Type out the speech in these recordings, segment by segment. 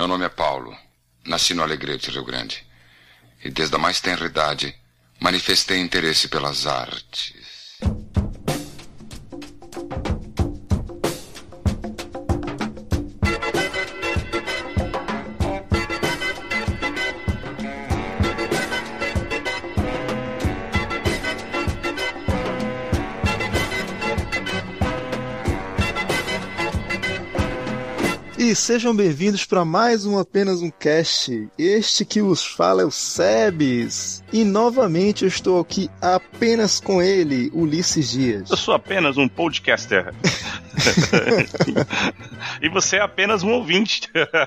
Meu nome é Paulo. Nasci no Alegrete, Rio Grande. E desde a mais tenra idade, manifestei interesse pelas artes. E sejam bem-vindos para mais um Apenas um Cast. Este que vos fala é o Sebes. E novamente eu estou aqui apenas com ele, Ulisses Dias. Eu sou apenas um podcaster. E você é apenas um ouvinte.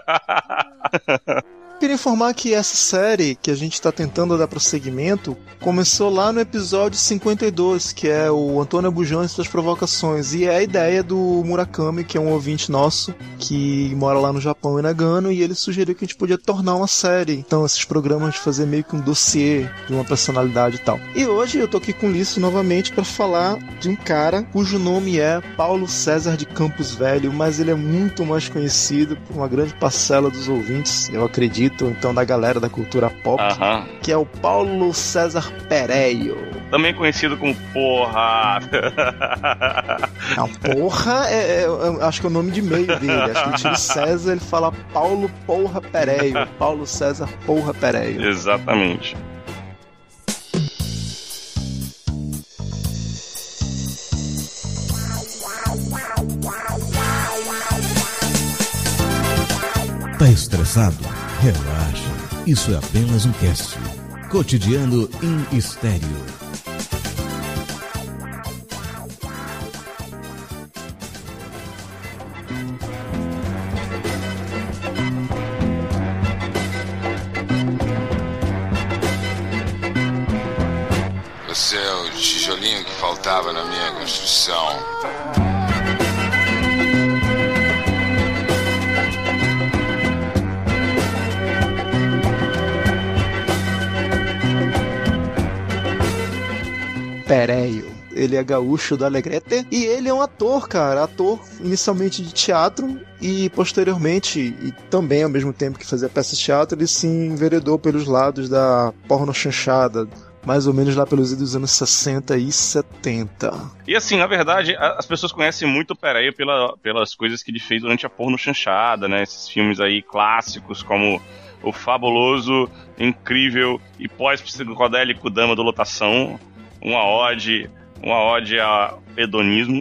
Queria informar que essa série que a gente está tentando dar prosseguimento começou lá no episódio 52, que é o Antônio Bujão e suas provocações, e é a ideia do Murakami, que é um ouvinte nosso que mora lá no Japão e Nagano, e ele sugeriu que a gente podia tornar uma série, então esses programas de fazer meio que um dossiê de uma personalidade e tal. E hoje eu tô aqui com o Ulisses novamente para falar de um cara cujo nome é Paulo César de Campos Velho, mas ele é muito mais conhecido por uma grande parcela dos ouvintes, eu acredito, então da galera da cultura pop, que é o Paulo César Pereio. Também conhecido como Porra. Não, Porra acho que é o nome de meio dele. Acho que ele tira o César, ele fala Paulo Porra Pereio. Paulo César Porra Pereio. Exatamente. Tá estressado? Relaxa, isso é apenas um cast. Cotidiano em estéreo. Você é o tijolinho que faltava na minha construção. Pereio. Ele é gaúcho do Alegrete e ele é um ator, cara. Ator inicialmente de teatro e posteriormente, e também ao mesmo tempo que fazia peças de teatro, ele se enveredou pelos lados da porno chanchada, mais ou menos lá pelos idos dos anos 60 e 70. E assim, na verdade, as pessoas conhecem muito o Pereio pelas coisas que ele fez durante a porno chanchada, né? Esses filmes aí clássicos como o fabuloso, incrível e pós-psicodélico Dama do Lotação, uma ode a hedonismo.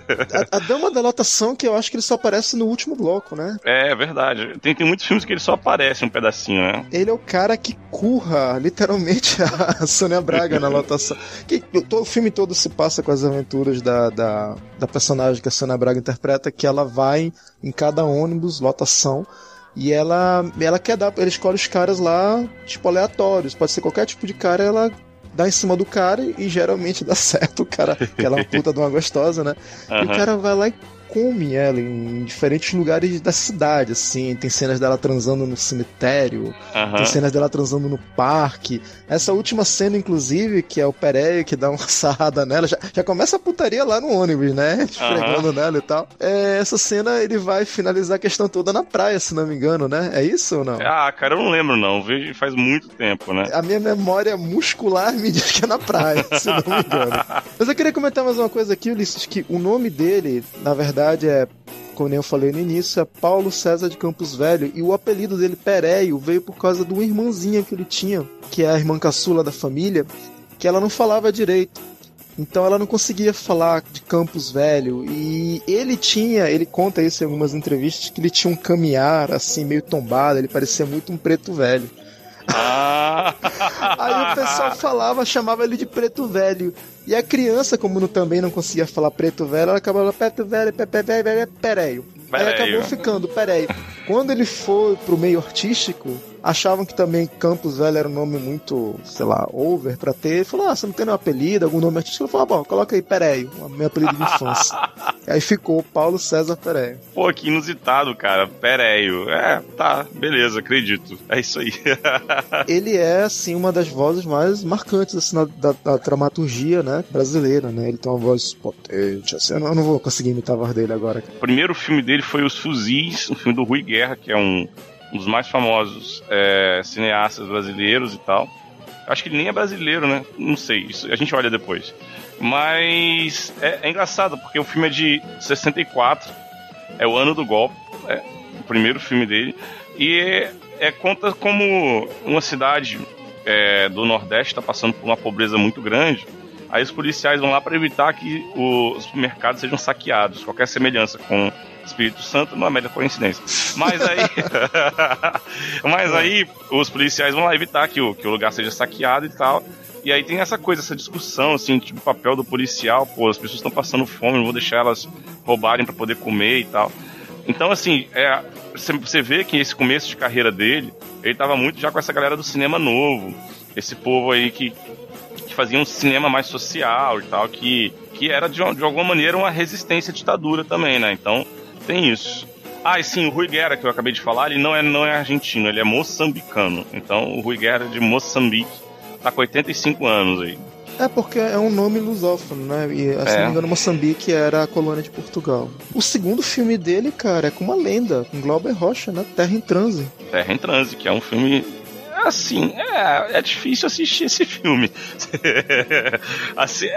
A Dama da Lotação, que eu acho que ele só aparece no último bloco, né? É verdade. Tem muitos filmes que ele só aparece um pedacinho, né? Ele é o cara que curra, literalmente, a Sônia Braga na lotação. O filme todo se passa com as aventuras da personagem que a Sônia Braga interpreta, que ela vai em cada ônibus, lotação, e ela escolhe os caras lá, tipo, aleatórios. Pode ser qualquer tipo de cara, ela dá em cima do cara e geralmente dá certo o cara, que ela é uma puta de uma gostosa, né? E o cara vai lá e come ela em diferentes lugares da cidade, assim. Tem cenas dela transando no cemitério, tem cenas dela transando no parque. Essa última cena, inclusive, que é o Pereio que dá uma sarrada nela, já começa a putaria lá no ônibus, né? Esfregando nela e tal. Essa cena, ele vai finalizar a questão toda na praia, se não me engano, né? É isso ou não? Ah, cara, eu não lembro não, vejo faz muito tempo, né? A minha memória muscular me diz que é na praia, se não me engano. Mas eu queria comentar mais uma coisa aqui, Ulisses, que o nome dele, na verdade, como eu falei no início, é Paulo César de Campos Velho, e o apelido dele, Pereio, veio por causa de uma irmãzinha que ele tinha, que é a irmã caçula da família, que ela não falava direito. Então ela não conseguia falar de Campos Velho, e ele conta isso em algumas entrevistas, que ele tinha um caminhar assim meio tombado, ele parecia muito um preto velho. Aí o pessoal chamava ele de preto velho. E a criança, como também não conseguia falar preto velho, ela acabava preto velho, Pereio. Aí acabou ficando Pereio. Quando ele foi pro meio artístico, achavam que também Campos Velho era um nome muito, sei lá, over pra ter. Ele falou, você não tem nenhum apelido, algum nome artístico? Ele falou, bom, coloca aí Pereio, meu apelido de infância. Aí ficou Paulo César Pereio. Pô, que inusitado, cara, Pereio. Tá, beleza, acredito. É isso aí. Ele é, assim, uma das vozes mais marcantes, assim, da dramaturgia, né, brasileira, né? Ele tem uma voz potente, assim, eu não vou conseguir imitar a voz dele agora. O primeiro filme dele foi Os Fuzis, um filme do Rui Guerra, que é um um dos mais famosos cineastas brasileiros e tal. Acho que ele nem é brasileiro, né? Não sei, isso a gente olha depois. Mas é engraçado, porque o filme é de 64, é o ano do golpe, é o primeiro filme dele, e conta como uma cidade do Nordeste está passando por uma pobreza muito grande. Aí os policiais vão lá para evitar que os supermercados sejam saqueados. Qualquer semelhança com o Espírito Santo não é mera coincidência. Mas aí os policiais vão lá evitar que o lugar seja saqueado e tal. E aí tem essa coisa, essa discussão, assim, tipo, o papel do policial. Pô, as pessoas estão passando fome, não vou deixar elas roubarem para poder comer e tal. Então, assim, você vê que esse começo de carreira dele, ele tava muito já com essa galera do cinema novo. Esse povo aí que fazia um cinema mais social e tal, que era de alguma maneira uma resistência à ditadura também, né? Então tem isso. E sim, o Rui Guerra, que eu acabei de falar, ele não é argentino, ele é moçambicano. Então o Rui Guerra de Moçambique tá com 85 anos aí. Porque é um nome lusófono, né? E, se não me engano, Moçambique era a colônia de Portugal. O segundo filme dele, cara, é com uma lenda, com Glauber Rocha, né? Terra em Transe. Terra em Transe, que é um filme... Assim, é difícil assistir esse filme. Assim,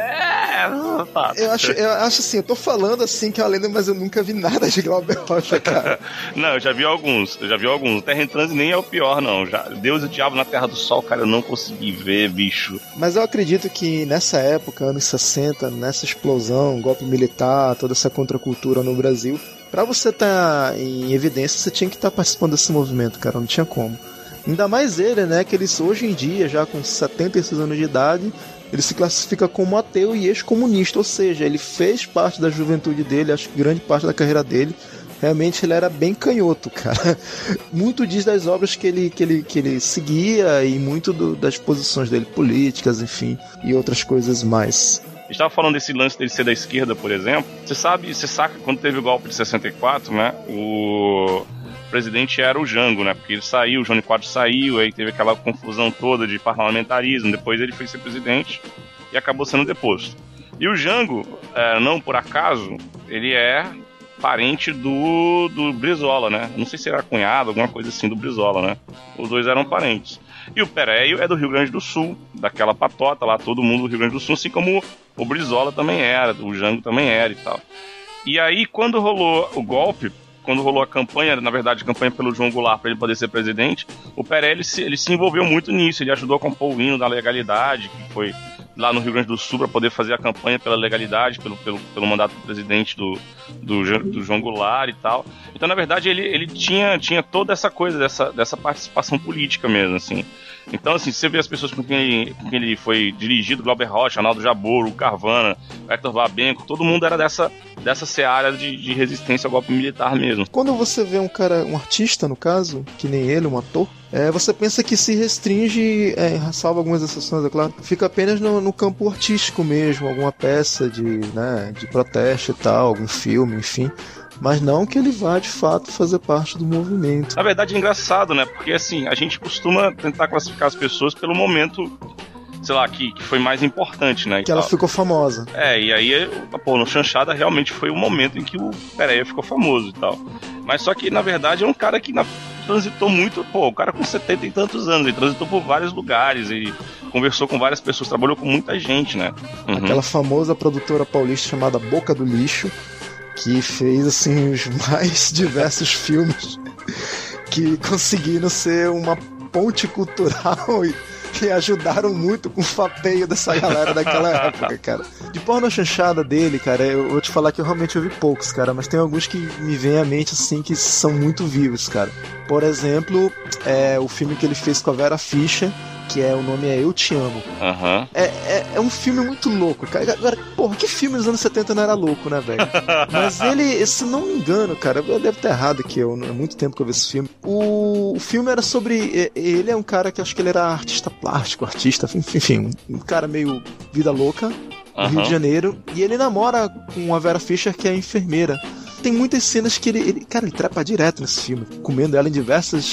tá. Eu acho assim, eu tô falando assim que é uma lenda, mas eu nunca vi nada de Glauber Rocha, cara. Não, eu já vi alguns. Terra em Transe nem é o pior, não. Deus e o Diabo na Terra do Sol, cara, eu não consegui ver, bicho. Mas eu acredito que nessa época, anos 60, nessa explosão, golpe militar, toda essa contracultura no Brasil, pra você estar em evidência, você tinha que estar participando desse movimento, cara, não tinha como. Ainda mais ele, né, que ele hoje em dia, já com 76 anos de idade, ele se classifica como ateu e ex-comunista, ou seja, ele fez parte da juventude dele, acho que grande parte da carreira dele, realmente ele era bem canhoto, cara. Muito diz das obras que ele seguia e muito das posições dele políticas, enfim, e outras coisas mais. Estava falando desse lance dele ser da esquerda, por exemplo. Você saca quando teve o golpe de 64, né, o presidente era o Jango, né? Porque ele saiu, o Jânio Quadros saiu, aí teve aquela confusão toda de parlamentarismo, depois ele foi ser presidente e acabou sendo deposto. E o Jango, não por acaso, ele é parente do Brizola, né? Não sei se era cunhado, alguma coisa assim do Brizola, né? Os dois eram parentes. E o Péreio é do Rio Grande do Sul, daquela patota lá, todo mundo do Rio Grande do Sul, assim como o Brizola também era, o Jango também era e tal. E aí, quando rolou o golpe, quando rolou a campanha, na verdade a campanha pelo João Goulart para ele poder ser presidente, o Peré ele se envolveu muito nisso, ele ajudou a compor o hino da legalidade, que foi lá no Rio Grande do Sul para poder fazer a campanha pela legalidade, pelo mandato do presidente do João Goulart e tal. Então, na verdade, ele tinha toda essa coisa dessa participação política mesmo, assim. Então, assim, você vê as pessoas com quem ele foi dirigido, Glauber Rocha, Arnaldo Jabor, o Carvana, Hector Babenco, todo mundo era dessa seara de resistência ao golpe militar mesmo. Quando você vê um artista, no caso, que nem ele, um ator, você pensa que se restringe, salvo algumas exceções, é claro, fica apenas no campo artístico mesmo, alguma peça de protesto e tal, algum filme, enfim. Mas não que ele vá, de fato, fazer parte do movimento. Na verdade é engraçado, né? Porque, assim, a gente costuma tentar classificar as pessoas pelo momento, sei lá, que foi mais importante, né? Que ela ficou famosa. E aí, no Chanchada realmente foi o momento em que o Pereira ficou famoso e tal. Mas só que, na verdade, é um cara que transitou muito, o cara com 70 e tantos anos, ele transitou por vários lugares e conversou com várias pessoas, trabalhou com muita gente, né? Uhum. Aquela famosa produtora paulista chamada Boca do Lixo, que fez, assim, os mais diversos filmes que conseguiram ser uma ponte cultural e ajudaram muito com o fapeio dessa galera daquela época, cara. De porno chanchada dele, cara, eu vou te falar que eu realmente ouvi poucos, cara, mas tem alguns que me vêm à mente, assim, que são muito vivos, cara. Por exemplo, o filme que ele fez com a Vera Fischer, que o nome é Eu Te Amo. Uhum. É um filme muito louco, cara. Agora, porra, que filme nos anos 70 não era louco, né, velho? Mas ele, se não me engano, cara, eu devo estar errado aqui, há muito tempo que eu vi esse filme. O filme era sobre... Ele é um cara que acho que ele era artista plástico, enfim, um cara meio vida louca, no Rio de Janeiro, e ele namora com a Vera Fischer, que é enfermeira. Tem muitas cenas que ele trepa direto nesse filme, comendo ela em diversas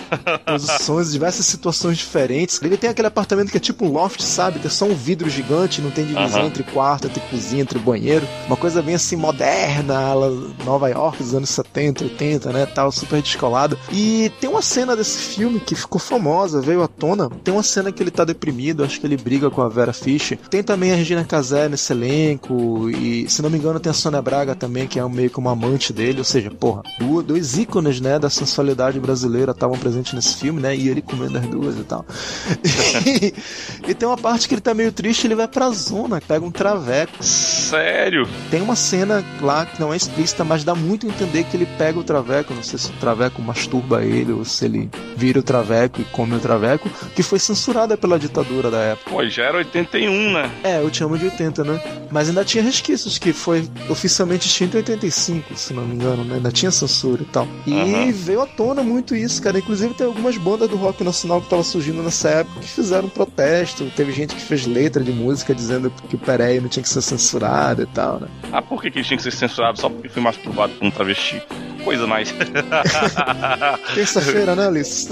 posições, diversas situações diferentes. Ele tem aquele apartamento que é tipo um loft, sabe? Tem só um vidro gigante, não tem divisão entre quarto, entre cozinha, entre banheiro. Uma coisa bem assim moderna, Nova York dos anos 70, 80, né, tal, super descolado. E tem uma cena desse filme que ficou famosa, veio à tona. Tem uma cena que ele tá deprimido, acho que ele briga com a Vera Fischer. Tem também a Regina Casé nesse elenco, e se não me engano tem a Sônia Braga também, que é meio que uma amante dele, ou seja, porra, dois ícones, né, da sensualidade brasileira estavam presentes nesse filme, né, e ele comendo as duas e tal. E tem uma parte que ele tá meio triste, ele vai pra zona, pega um traveco. Sério? Tem uma cena lá que não é explícita, mas dá muito a entender que ele pega o traveco, não sei se o traveco masturba ele ou se ele vira o traveco e come o traveco, que foi censurada pela ditadura da época. Pô, já era 81, né? É, eu te amo de 80, né? Mas ainda tinha resquícios, que foi oficialmente extinto em 85, se não me engano, né? Ainda tinha censura e tal. E veio à tona muito isso, cara. Inclusive tem algumas bandas do rock nacional que estavam surgindo nessa época que fizeram protesto. Teve gente que fez letra de música dizendo que o Pereio não tinha que ser censurado e tal, né? Ah, por que ele tinha que ser censurado? Só porque foi masturbado por um travesti? Coisa mais. Terça-feira, né, Alice?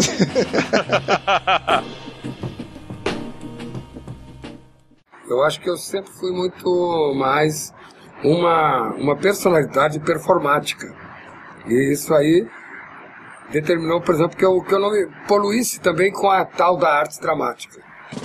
Eu acho que eu sempre fui muito mais uma personalidade performática. E isso aí determinou, por exemplo, que eu não me poluísse também com a tal da arte dramática.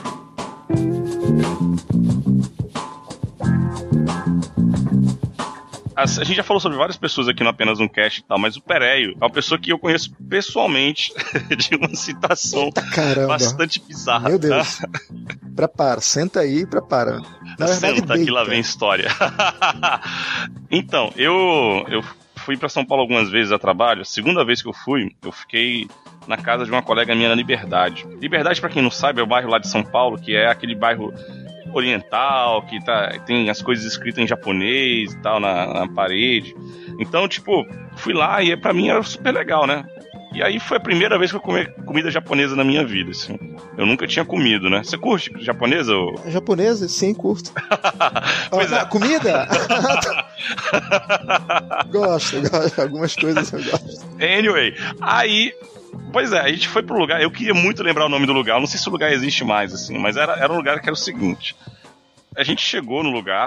A gente já falou sobre várias pessoas aqui no Apenas um Cast e tal, mas o Pereio é uma pessoa que eu conheço pessoalmente de uma situação bastante bizarra. Meu Deus. Tá? Prepara, senta aí e prepara. Na verdade, senta que lá vem história. Então, eu fui pra São Paulo algumas vezes a trabalho. A segunda vez que eu fui, eu fiquei na casa de uma colega minha na Liberdade. Liberdade, pra quem não sabe, é o bairro lá de São Paulo, que é aquele bairro oriental, que tem as coisas escritas em japonês e tal na parede. Então, tipo, fui lá e pra mim era super legal, né? E aí foi a primeira vez que eu comi comida japonesa na minha vida, assim. Eu nunca tinha comido, né? Você curte japonesa? Ou... Japonesa? Sim, curto. Pois é. Comida? Gosto. Algumas coisas eu gosto. Anyway, aí... Pois é, a gente foi pro lugar, eu queria muito lembrar o nome do lugar, eu não sei se o lugar existe mais, assim, mas era um lugar que era o seguinte, a gente chegou no lugar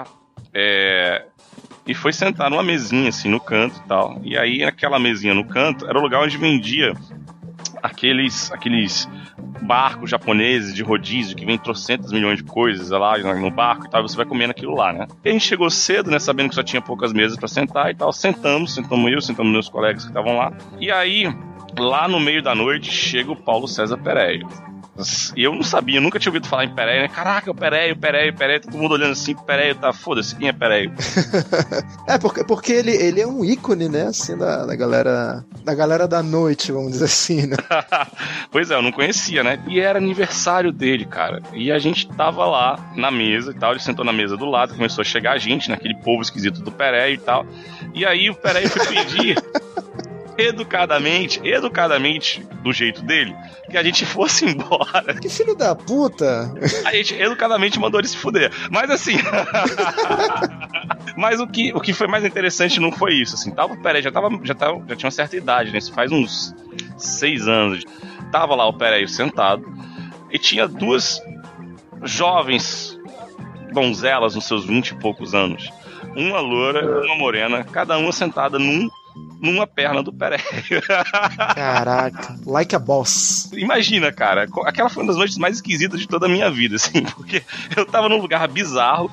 e foi sentar numa mesinha, assim, no canto e tal, e aí naquela mesinha no canto, era o lugar onde vendia aqueles barcos japoneses de rodízio, que vem trocentos milhões de coisas lá no barco e tal, você vai comendo aquilo lá, né? E a gente chegou cedo, né, sabendo que só tinha poucas mesas pra sentar e tal, sentamos meus colegas que estavam lá, e aí... Lá no meio da noite chega o Paulo César Pereio. E eu não sabia, nunca tinha ouvido falar em Pereio, né? Caraca, o Pereio, todo mundo olhando assim, Pereio, tá, foda-se, quem é Pereio? Porque ele é um ícone, né, assim, da galera da noite, vamos dizer assim, né? Pois é, eu não conhecia, né? E era aniversário dele, cara. E a gente tava lá na mesa e tal, ele sentou na mesa do lado, começou a chegar a gente, naquele povo esquisito do Pereio e tal. E aí o Pereio foi pedir... educadamente, do jeito dele, que a gente fosse embora. Que filho da puta! A gente educadamente mandou ele se fuder. Mas assim... Mas o que foi mais interessante não foi isso, assim. Tava o Pereio, já tinha uma certa idade, né? Isso faz uns 6 anos. Tava lá o Pereio sentado e tinha duas jovens donzelas nos seus 20 e poucos anos. Uma loura, uma morena, cada uma sentada numa perna do Pereio. Caraca, like a boss. Imagina, cara, aquela foi uma das noites mais esquisitas de toda a minha vida, assim, porque eu tava num lugar bizarro,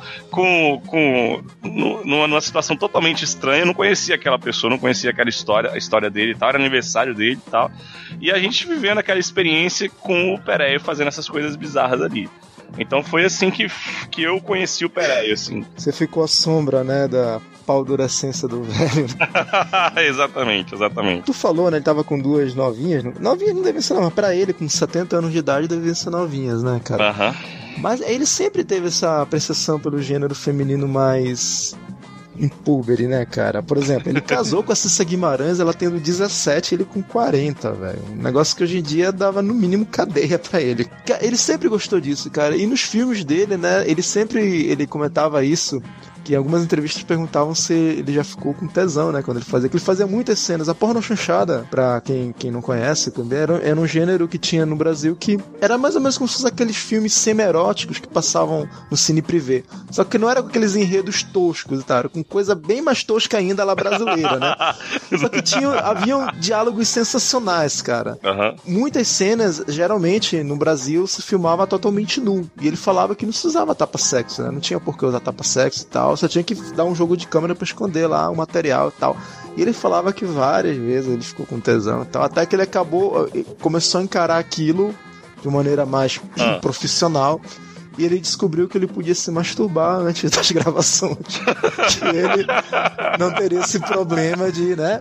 numa situação totalmente estranha, eu não conhecia aquela pessoa, não conhecia aquela história, a história dele e tal, era aniversário dele e tal, e a gente vivendo aquela experiência com o Pereio fazendo essas coisas bizarras ali. Então foi assim que eu conheci o Pereio, assim. Você ficou à sombra, né, da paldurecência do velho. Exatamente. Tu falou, né, ele tava com duas novinhas. Novinhas não devem ser, não, mas pra ele, com 70 anos de idade, devem ser novinhas, né, cara? Mas ele sempre teve essa apreciação pelo gênero feminino mais... impúbere, né, cara? Por exemplo, ele casou com a Cissa Guimarães, ela tendo 17, ele com 40, velho. Um negócio que hoje em dia dava no mínimo cadeia pra ele. Ele sempre gostou disso, cara. E nos filmes dele, né, ele comentava isso, que em algumas entrevistas perguntavam se ele já ficou com tesão, né, quando ele fazia, que ele fazia muitas cenas. A porno chanchada, pra quem não conhece, também era um gênero que tinha no Brasil que era mais ou menos como se fosse aqueles filmes semi-eróticos que passavam no cine privê. Só que não era com aqueles enredos toscos, tá? Era com coisa bem mais tosca ainda lá brasileira, né? Só que haviam diálogos sensacionais, cara. Uhum. Muitas cenas, geralmente, no Brasil, se filmava totalmente nu. E ele falava que não se usava tapa-sexo, né? Não tinha por que usar tapa-sexo e tal. Você tinha que dar um jogo de câmera pra esconder lá o material e tal. E ele falava que várias vezes ele ficou com tesão e tal. Até que ele começou a encarar aquilo de maneira mais profissional. E ele descobriu que ele podia se masturbar antes das gravações. Que ele não teria esse problema de, né?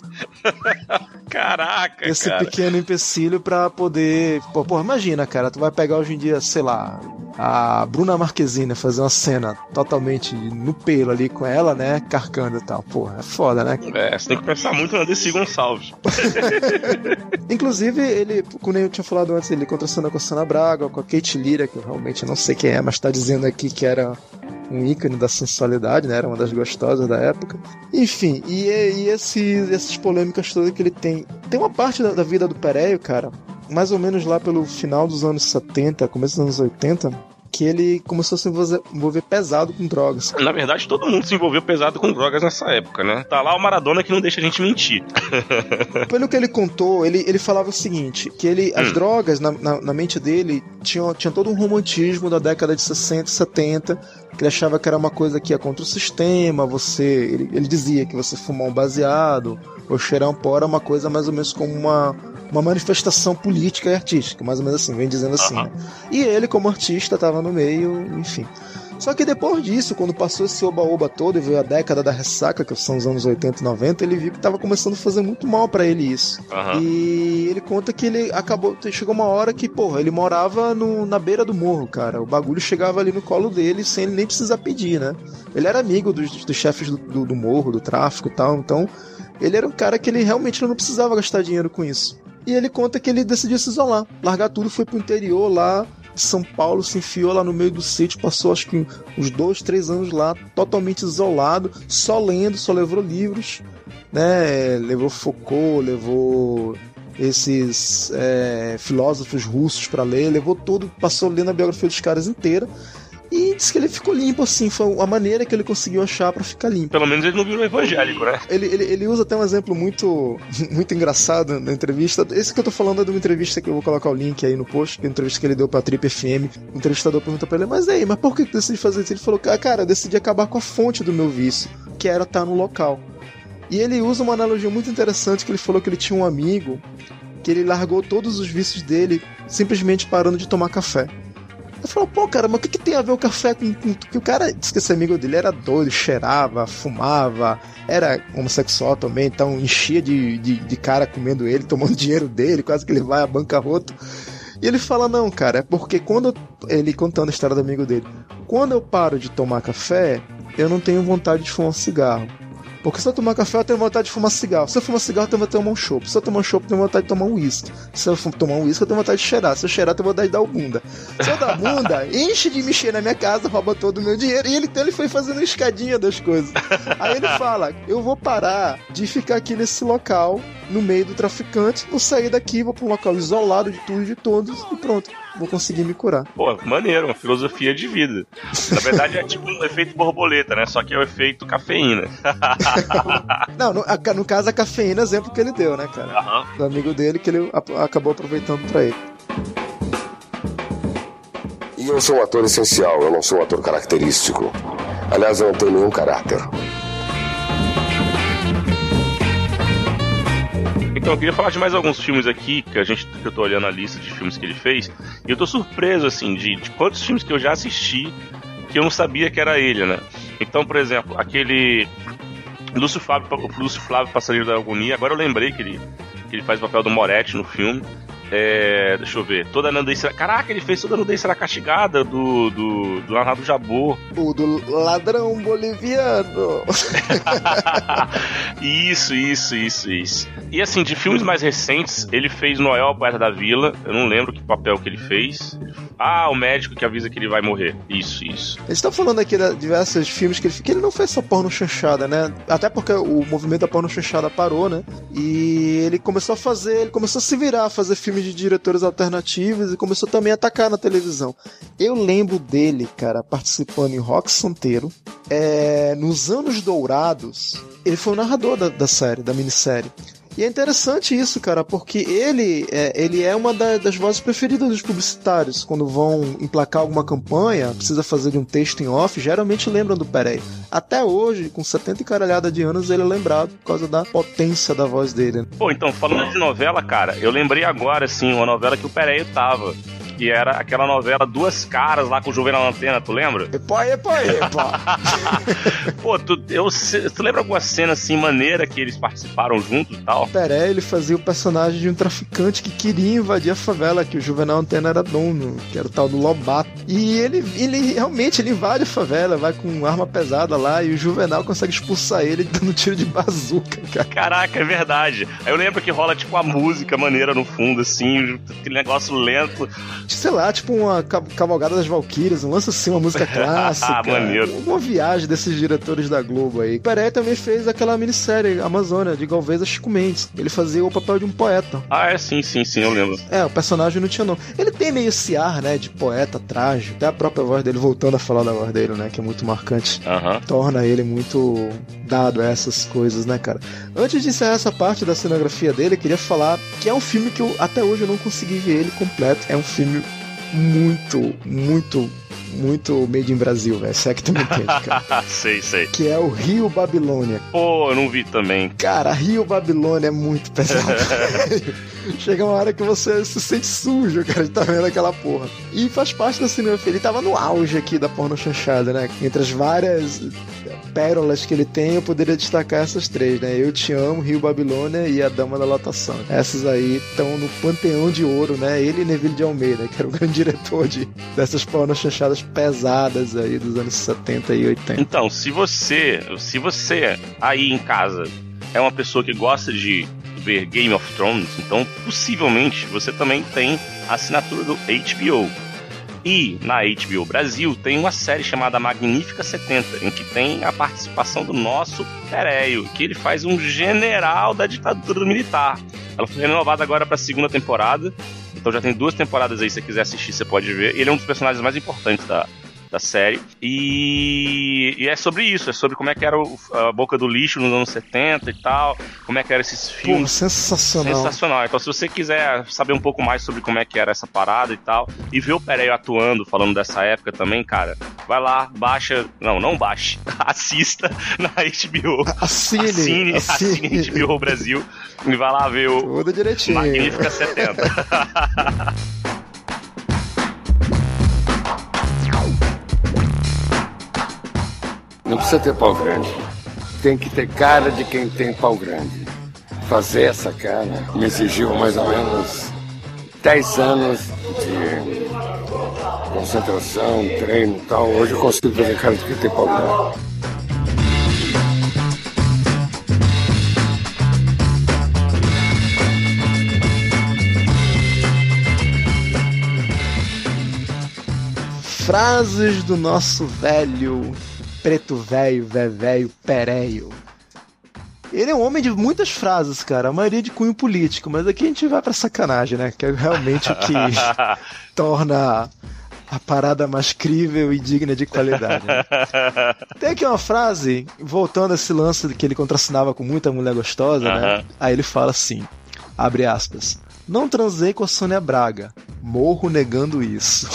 Caraca, esse cara. Pequeno empecilho pra poder... Pô, imagina, cara, tu vai pegar hoje em dia, sei lá, a Bruna Marquezine, fazer uma cena totalmente no pelo ali com ela, né, carcando e tal. Porra, é foda, né? Você tem que pensar muito na Dercy Gonçalves. Inclusive, ele, como eu tinha falado antes, ele contracenou com a Sônia Braga, com a Kate Lira, que eu realmente não sei quem é, mas tá dizendo aqui que era um ícone da sensualidade, né? Era uma das gostosas da época. Enfim, e essas polêmicas todas que ele tem. Tem uma parte da vida do Pereio, cara, mais ou menos lá pelo final dos anos 70, começo dos anos 80, que ele começou a se envolver pesado com drogas. Na verdade, todo mundo se envolveu pesado com drogas nessa época, né? Tá lá o Maradona que não deixa a gente mentir. Pelo que ele contou, ele falava o seguinte, que as drogas, na mente dele, tinha todo um romantismo da década de 60 e 70, que ele achava que era uma coisa que ia contra o sistema, ele dizia que você fumar um baseado ou cheirar um pó era uma coisa mais ou menos como uma manifestação política e artística, mais ou menos assim, vem dizendo assim, né? E ele, como artista, tava no meio, enfim. Só que depois disso, quando passou esse oba-oba todo e veio a década da ressaca, que são os anos 80 e 90, ele viu que tava começando a fazer muito mal pra ele isso. E ele conta que ele chegou uma hora que, porra, ele morava na beira do morro, cara. O bagulho chegava ali no colo dele sem ele nem precisar pedir, né? Ele era amigo dos chefes do morro, do tráfico e tal, então ele era um cara que ele realmente não precisava gastar dinheiro com isso. E ele conta que ele decidiu se isolar, largar tudo, foi pro interior lá de São Paulo, se enfiou lá no meio do sítio, passou acho que uns 2-3 anos lá, totalmente isolado, só lendo, só levou livros, né? Levou Foucault, levou esses filósofos russos pra ler, levou tudo, passou lendo a biografia dos caras inteira. E disse que ele ficou limpo, assim, foi a maneira que ele conseguiu achar pra ficar limpo. Pelo menos ele não virou evangélico, né? Ele usa até um exemplo muito, muito engraçado na entrevista. Esse que eu tô falando é de uma entrevista que eu vou colocar o link aí no post, que é uma entrevista que ele deu pra Trip FM. O entrevistador pergunta pra ele, mas por que tu decidiu fazer isso? Ele falou, cara, eu decidi acabar com a fonte do meu vício, que era estar no local. E ele usa uma analogia muito interessante, que ele falou que ele tinha um amigo que ele largou todos os vícios dele simplesmente parando de tomar café. Eu falo, cara, mas o que tem a ver o café com que o cara disse que esse amigo dele era doido, cheirava, fumava, era homossexual também, então enchia de cara comendo ele, tomando dinheiro dele, quase que ele vai à bancarrota. E ele fala, não, cara, é porque ele contando a história do amigo dele, quando eu paro de tomar café, eu não tenho vontade de fumar um cigarro. Porque se eu tomar café, eu tenho vontade de fumar cigarro. Se eu fumar cigarro, eu tenho vontade de tomar um chopp. Se eu tomar um chopp, eu tenho vontade de tomar um uísque. Se eu tomar um uísque, eu tenho vontade de cheirar. Se eu cheirar, eu tenho vontade de dar o bunda. Se eu dar bunda, enche de mexer na minha casa, rouba todo o meu dinheiro. E ele foi fazendo uma escadinha das coisas. Aí ele fala, eu vou parar de ficar aqui nesse local, no meio do traficante, vou sair daqui, vou pra um local isolado de tudo e de todos, e pronto. Vou conseguir me curar. Pô, maneiro, uma filosofia de vida. Na verdade é tipo um efeito borboleta, né? Só que é o efeito cafeína. Não, no caso a cafeína é o exemplo que ele deu, né, cara? Do amigo dele que ele acabou aproveitando pra ele. E eu sou um ator essencial, eu não sou um ator característico. Aliás, eu não tenho nenhum caráter. Então, eu queria falar de mais alguns filmes aqui, que eu tô olhando a lista de filmes que ele fez, e eu tô surpreso, assim, de quantos filmes que eu já assisti que eu não sabia que era ele, né? Então, por exemplo, aquele Lúcio Flávio Passarinho da Agonia, agora eu lembrei que ele faz o papel do Moretti no filme, Deixa eu ver. Toda a nudez será... Caraca, ele fez Toda a Nudez Será Castigada do Arnaldo Jabor. O do ladrão boliviano. Isso. E assim, de filmes mais recentes, ele fez Noel, a Poeta da Vila. Eu não lembro que papel que ele fez. O médico que avisa que ele vai morrer. Isso. A gente tá falando aqui de diversos filmes que ele não fez só porno chanchada, né? Até porque o movimento da porno chanchada parou, né? E ele começou a se virar, a fazer filmes de diretores alternativos e começou também a atacar na televisão. Eu lembro dele, cara, participando em Rock Santeiro. Nos Anos Dourados, ele foi o narrador da série, da minissérie. E é interessante isso, cara, porque ele é uma das vozes preferidas dos publicitários. Quando vão emplacar alguma campanha, precisa fazer de um texto em off, geralmente lembram do Perey. Até hoje, com 70 e caralhada de anos, ele é lembrado por causa da potência da voz dele. Pô, então, falando de novela, cara, eu lembrei agora, assim, uma novela que o Perey tava. Que era aquela novela Duas Caras lá com o Juvenal na Antena, tu lembra? Epa. Pô, tu lembra alguma cena assim maneira que eles participaram juntos e tal? Peré, ele fazia o personagem de um traficante que queria invadir a favela, que o Juvenal Antena era dono, que era o tal do Lobato. E ele realmente invade a favela, vai com arma pesada lá e o Juvenal consegue expulsar ele dando tiro de bazuca, cara. Caraca, é verdade. Aí eu lembro que rola tipo uma música maneira no fundo, assim, aquele negócio lento. Sei lá, tipo uma cavalgada das Valquírias, um lance assim, uma música clássica. Maneiro. Uma viagem desses diretores da Globo aí. Peré também fez aquela minissérie Amazônia, de Galvez a Chico Mendes. Ele fazia o papel de um poeta. Sim, eu lembro. O personagem não tinha nome. Ele tem meio esse ar, né, de poeta trágico. Até a própria voz dele, voltando a falar da voz dele, né, que é muito marcante. Torna ele muito dado a essas coisas, né, cara. Antes de encerrar essa parte da cenografia dele, eu queria falar que é um filme que até hoje eu não consegui ver ele completo. É um filme muito made in Brasil, velho. Se é que tu me entende, cara. Sei. Que é o Rio Babilônia. Pô, eu não vi também. Cara, Rio Babilônia é muito pesado. Chega uma hora que você se sente sujo, cara, de tá vendo aquela porra. E faz parte da cinegrafia. Ele tava no auge aqui da porno chanchada, né? Entre as várias pérolas que ele tem, eu poderia destacar essas três, né? Eu Te Amo, Rio Babilônia e A Dama da Lotação. Essas aí estão no panteão de ouro, né? Ele e Neville de Almeida, que era o grande diretor dessas porno chanchadas pesadas aí dos anos 70 e 80. Então, se você aí em casa é uma pessoa que gosta de ver Game of Thrones, então possivelmente você também tem a assinatura do HBO. E na HBO Brasil tem uma série chamada Magnífica 70, em que tem a participação do nosso Pereio, que ele faz um general da ditadura militar. Ela foi renovada agora para a segunda temporada, então já tem 2 temporadas aí, se você quiser assistir, você pode ver. Ele é um dos personagens mais importantes da série. E é sobre isso, é sobre como é que era a Boca do Lixo nos anos 70 e tal, como é que eram esses filmes. Pô, sensacional. Então, se você quiser saber um pouco mais sobre como é que era essa parada e tal, e ver o Pereio atuando, falando dessa época também, cara, vai lá, baixa. Não baixe. Assista na HBO. Assine HBO Brasil e vai lá ver o tudo direitinho. Magnífica 70. Não precisa ter pau grande. Tem que ter cara de quem tem pau grande. Fazer essa cara me exigiu mais ou menos 10 anos de concentração, treino e tal. Hoje eu consigo fazer cara de quem tem pau grande. Frases do nosso velho preto velho, véio, Pereio. Ele é um homem de muitas frases, cara, a maioria de cunho político, mas aqui a gente vai pra sacanagem, né? Que é realmente o que torna a parada mais crível e digna de qualidade, né? Tem aqui uma frase, voltando a esse lance que ele contracenava com muita mulher gostosa, né? Aí ele fala assim, abre aspas, não transei com a Sônia Braga, morro negando isso.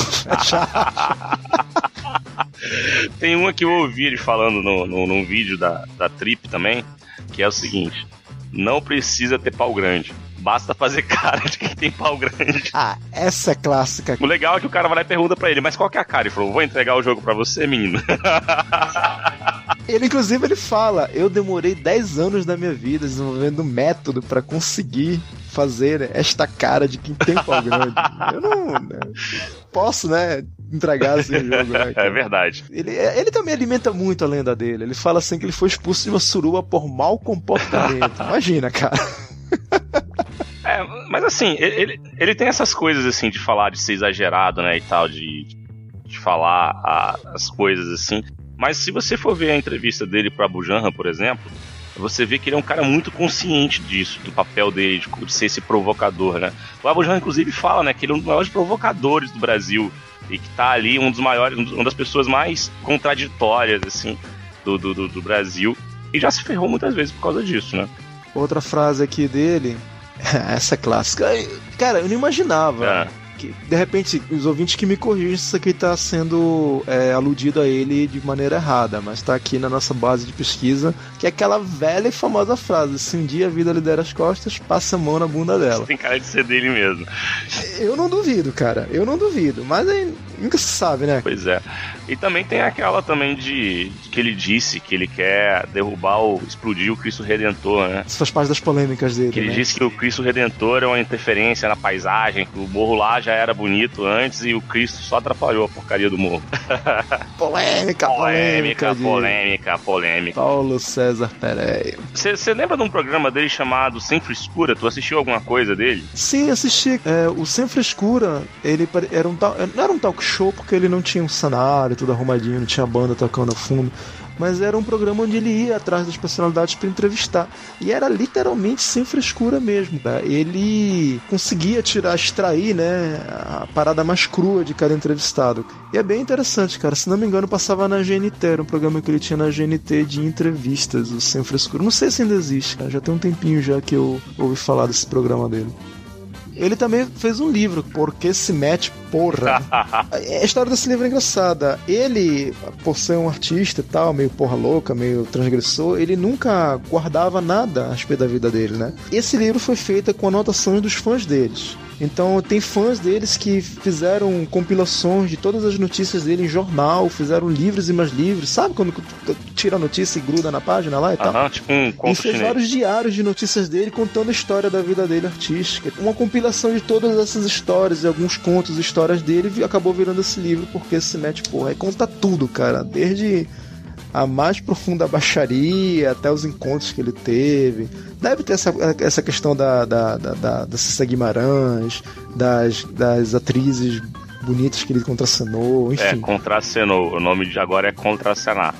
Tem uma que eu ouvi ele falando num vídeo da Trip também, que é o seguinte: não precisa ter pau grande, basta fazer cara de quem tem pau grande. Essa é clássica. O legal é que o cara vai lá e pergunta pra ele, mas qual que é a cara? Ele falou, vou entregar o jogo pra você, menino. Ele, inclusive, ele fala, eu demorei 10 anos da minha vida desenvolvendo um método pra conseguir fazer esta cara de quem tem pau grande. Eu não posso, né, entregar esse jogo, né, É verdade. Ele também alimenta muito a lenda dele. Ele fala assim que ele foi expulso de uma suruba por mau comportamento. Imagina, cara. Mas assim, ele tem essas coisas assim de falar, de ser exagerado, né, e tal, de falar as coisas assim. Mas se você for ver a entrevista dele pro Abu Janra, por exemplo, você vê que ele é um cara muito consciente disso, do papel dele, de ser esse provocador, né. O Abu Janra, inclusive, fala, né, que ele é um dos maiores provocadores do Brasil e que tá ali uma das pessoas mais contraditórias, assim, do Brasil, e já se ferrou muitas vezes por causa disso, né. Outra frase aqui dele, essa é clássica. Cara, eu não imaginava que, de repente, os ouvintes que me corrigem se isso aqui está sendo aludido a ele de maneira errada, mas está aqui na nossa base de pesquisa, que é aquela velha e famosa frase: se um dia a vida lhe der as costas, passa a mão na bunda dela. Tem cara de ser dele mesmo. Eu não duvido, cara, eu não duvido, mas aí nunca se sabe, né? Pois é. E também tem aquela também de que ele disse que ele quer explodir o Cristo Redentor, né? Isso faz parte das polêmicas dele, que ele né? disse que o Cristo Redentor é uma interferência na paisagem, que o morro lá já era bonito antes e o Cristo só atrapalhou a porcaria do morro. Polêmica. Paulo César Pereira. Você lembra de um programa dele chamado Sem Frescura? Tu assistiu alguma coisa dele? Sim, assisti. O Sem Frescura, ele não era um talk show porque ele não tinha um cenário tudo arrumadinho, não tinha banda tocando a fundo, mas era um programa onde ele ia atrás das personalidades para entrevistar, e era literalmente sem frescura mesmo, tá? Ele conseguia extrair, né, a parada mais crua de cada entrevistado, e é bem interessante, cara. Se não me engano, passava na GNT, era um programa que ele tinha na GNT de entrevistas, o Sem Frescura. Não sei se ainda existe, cara, já tem um tempinho já que eu ouvi falar desse programa dele. Ele também fez um livro, Porque Se Mete Porra. A história desse livro é engraçada. Ele, por ser um artista e tal, meio porra louca, meio transgressor, ele nunca guardava nada a respeito da vida dele, né? Esse livro foi feito com anotações dos fãs deles. Então tem fãs deles que fizeram compilações de todas as notícias dele em jornal, fizeram livros e mais livros. Sabe quando tira a notícia e gruda na página lá e tal? Tipo um conto e fez chinês. Vários diários de notícias dele contando a história da vida dele artística. Uma compilação de todas essas histórias e alguns contos e histórias dele acabou virando esse livro, Porque Se Mete Porra. Aí conta tudo, cara, desde a mais profunda baixaria até os encontros que ele teve. Deve ter essa questão da Cissa Guimarães, das atrizes bonitas que ele contracenou, enfim. Contracenou. O nome de agora é contracenar.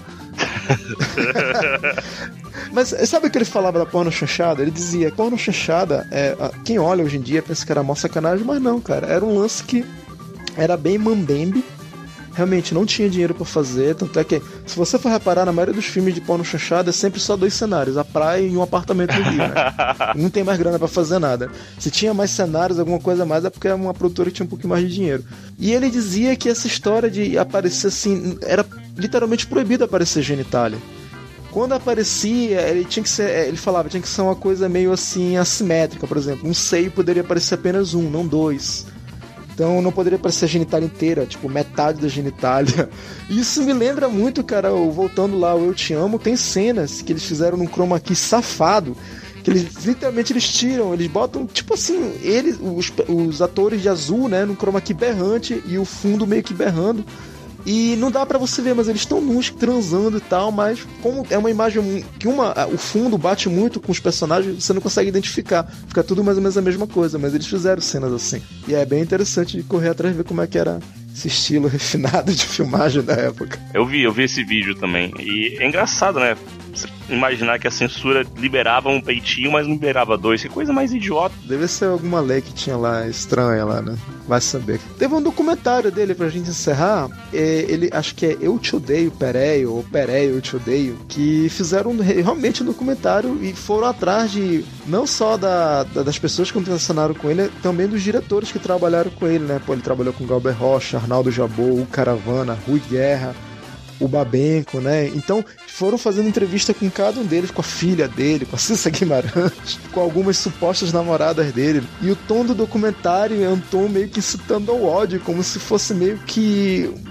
Mas sabe o que ele falava da porno chanchada? Ele dizia: porno chanchada, quem olha hoje em dia pensa que era mó sacanagem, mas não, cara. Era um lance que era bem mambembe. Realmente não tinha dinheiro pra fazer, tanto é que, se você for reparar, na maioria dos filmes de porno chanchada é sempre só 2 cenários, a praia e um apartamento no Rio, né? Não tem mais grana pra fazer nada. Se tinha mais cenários, alguma coisa a mais, é porque era uma produtora que tinha um pouquinho mais de dinheiro. E ele dizia que essa história de aparecer assim, era literalmente proibido aparecer genitália. Quando aparecia, ele falava, tinha que ser uma coisa meio assim, assimétrica, por exemplo. Um seio poderia aparecer apenas um, não 2. Então não poderia aparecer a genitália inteira, tipo, metade da genitália. Isso me lembra muito, cara, voltando lá, o Eu Te Amo, tem cenas que eles fizeram num chroma key safado, que eles literalmente eles botam, tipo assim, os atores de azul, né, num chroma key berrante e o fundo meio que berrando. E não dá pra você ver, mas eles estão nus, transando e tal, mas como é uma imagem que o fundo bate muito com os personagens, você não consegue identificar. Fica tudo mais ou menos a mesma coisa, mas eles fizeram cenas assim. E é bem interessante de correr atrás e ver como é que era esse estilo refinado de filmagem da época. Eu vi esse vídeo também. E é engraçado, né? Você imaginar que a censura liberava um peitinho, mas não liberava 2. Que coisa mais idiota. Deve ser alguma lei que tinha lá, estranha lá, né? Vai saber. Teve um documentário dele pra gente encerrar. Ele, acho que é Eu Te Odeio, Pereio, ou Pereio, Eu Te Odeio, que fizeram realmente um documentário e foram atrás de, não só das pessoas que contracenaram com ele, também dos diretores que trabalharam com ele, né? Pô, ele trabalhou com Galber Rocha, Arnaldo Jabor, o Caravana, Rui Guerra, o Babenco, né? Então foram fazendo entrevista com cada um deles, com a filha dele, com a Cissa Guimarães, com algumas supostas namoradas dele. E o tom do documentário é um tom meio que incitando ao ódio, como se fosse meio que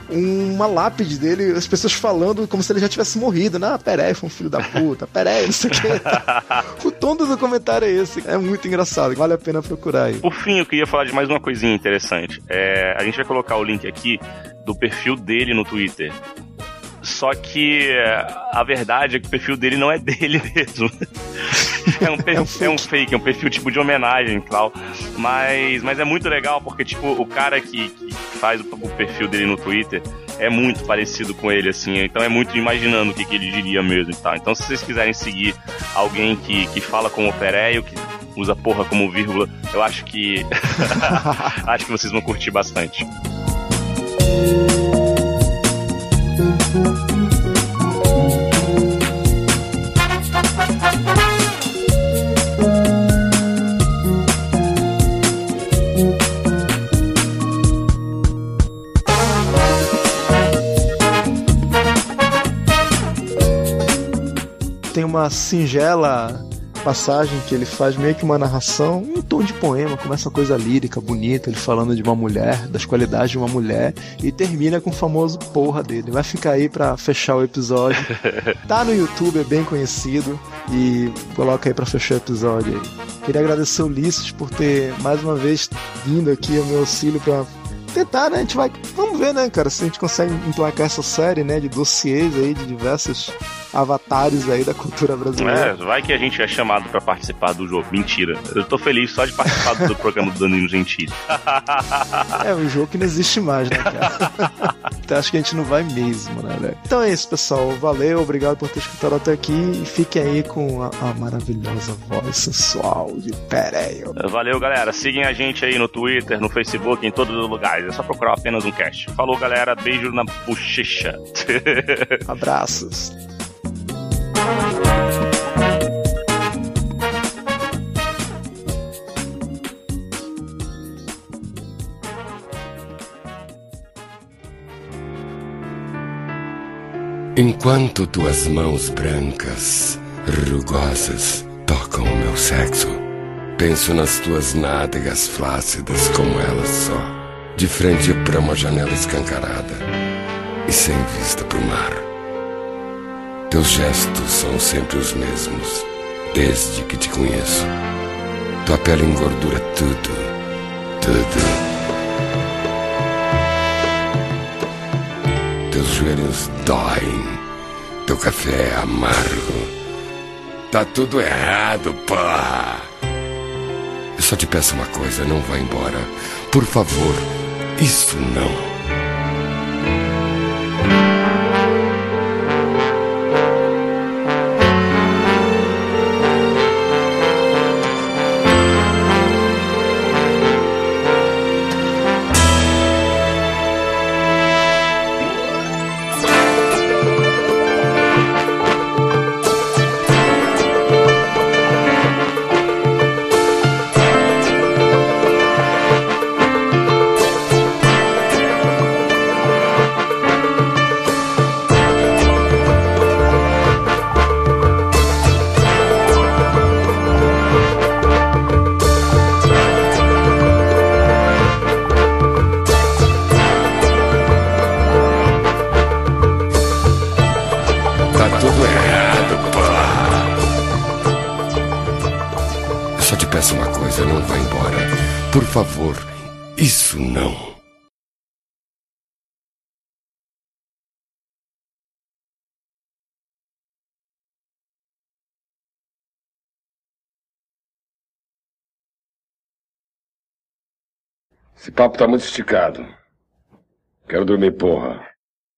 uma lápide dele, as pessoas falando como se ele já tivesse morrido. Ah, Pereio foi um filho da puta, Pereio, não sei o que. O tom do documentário é esse. É muito engraçado, vale a pena procurar aí. Por fim, eu queria falar de mais uma coisinha interessante. A gente vai colocar o link aqui do perfil dele no Twitter. Só que a verdade é que o perfil dele não é dele mesmo. É um fake, é um perfil tipo de homenagem e tal. Mas é muito legal porque, tipo, o cara que faz o perfil dele no Twitter é muito parecido com ele, assim. Então é muito imaginando o que ele diria mesmo e tal. Então, se vocês quiserem seguir alguém que fala como o Pereio, que usa porra como vírgula, eu acho que acho que vocês vão curtir bastante. Tem uma singela passagem que ele faz meio que uma narração em tom de poema, começa uma coisa lírica, bonita, ele falando de uma mulher, das qualidades de uma mulher, e termina com o famoso porra dele. Vai ficar aí pra fechar o episódio. Tá no YouTube, é bem conhecido, e coloca aí pra fechar o episódio aí. Queria agradecer o Ulisses por ter mais uma vez vindo aqui ao meu auxílio pra tentar, né? A gente vai. Vamos ver, né, cara, se a gente consegue emplacar essa série, né, de dossiês aí, de diversos avatares aí da cultura brasileira. Vai que a gente é chamado pra participar do jogo. Mentira. Eu tô feliz só de participar do programa do Danilo Gentili. É um jogo que não existe mais, né, cara? Então acho que a gente não vai mesmo, né, velho? Então é isso, pessoal. Valeu, obrigado por ter escutado até aqui e fiquem aí com a maravilhosa voz sensual de Pereio. Valeu, galera. Sigam a gente aí no Twitter, no Facebook, em todos os lugares. É só procurar apenas um cast. Falou, galera. Beijo na bochecha. Abraços. Enquanto tuas mãos brancas, rugosas, tocam o meu sexo, penso nas tuas nádegas flácidas como elas só, de frente para uma janela escancarada e sem vista pro mar. Teus gestos são sempre os mesmos, desde que te conheço. Tua pele engordura tudo, tudo. Teus joelhos doem, teu café é amargo. Tá tudo errado, porra. Eu só te peço uma coisa, não vá embora. Por favor, isso não. Por favor, isso não. Esse papo tá muito esticado. Quero dormir, porra.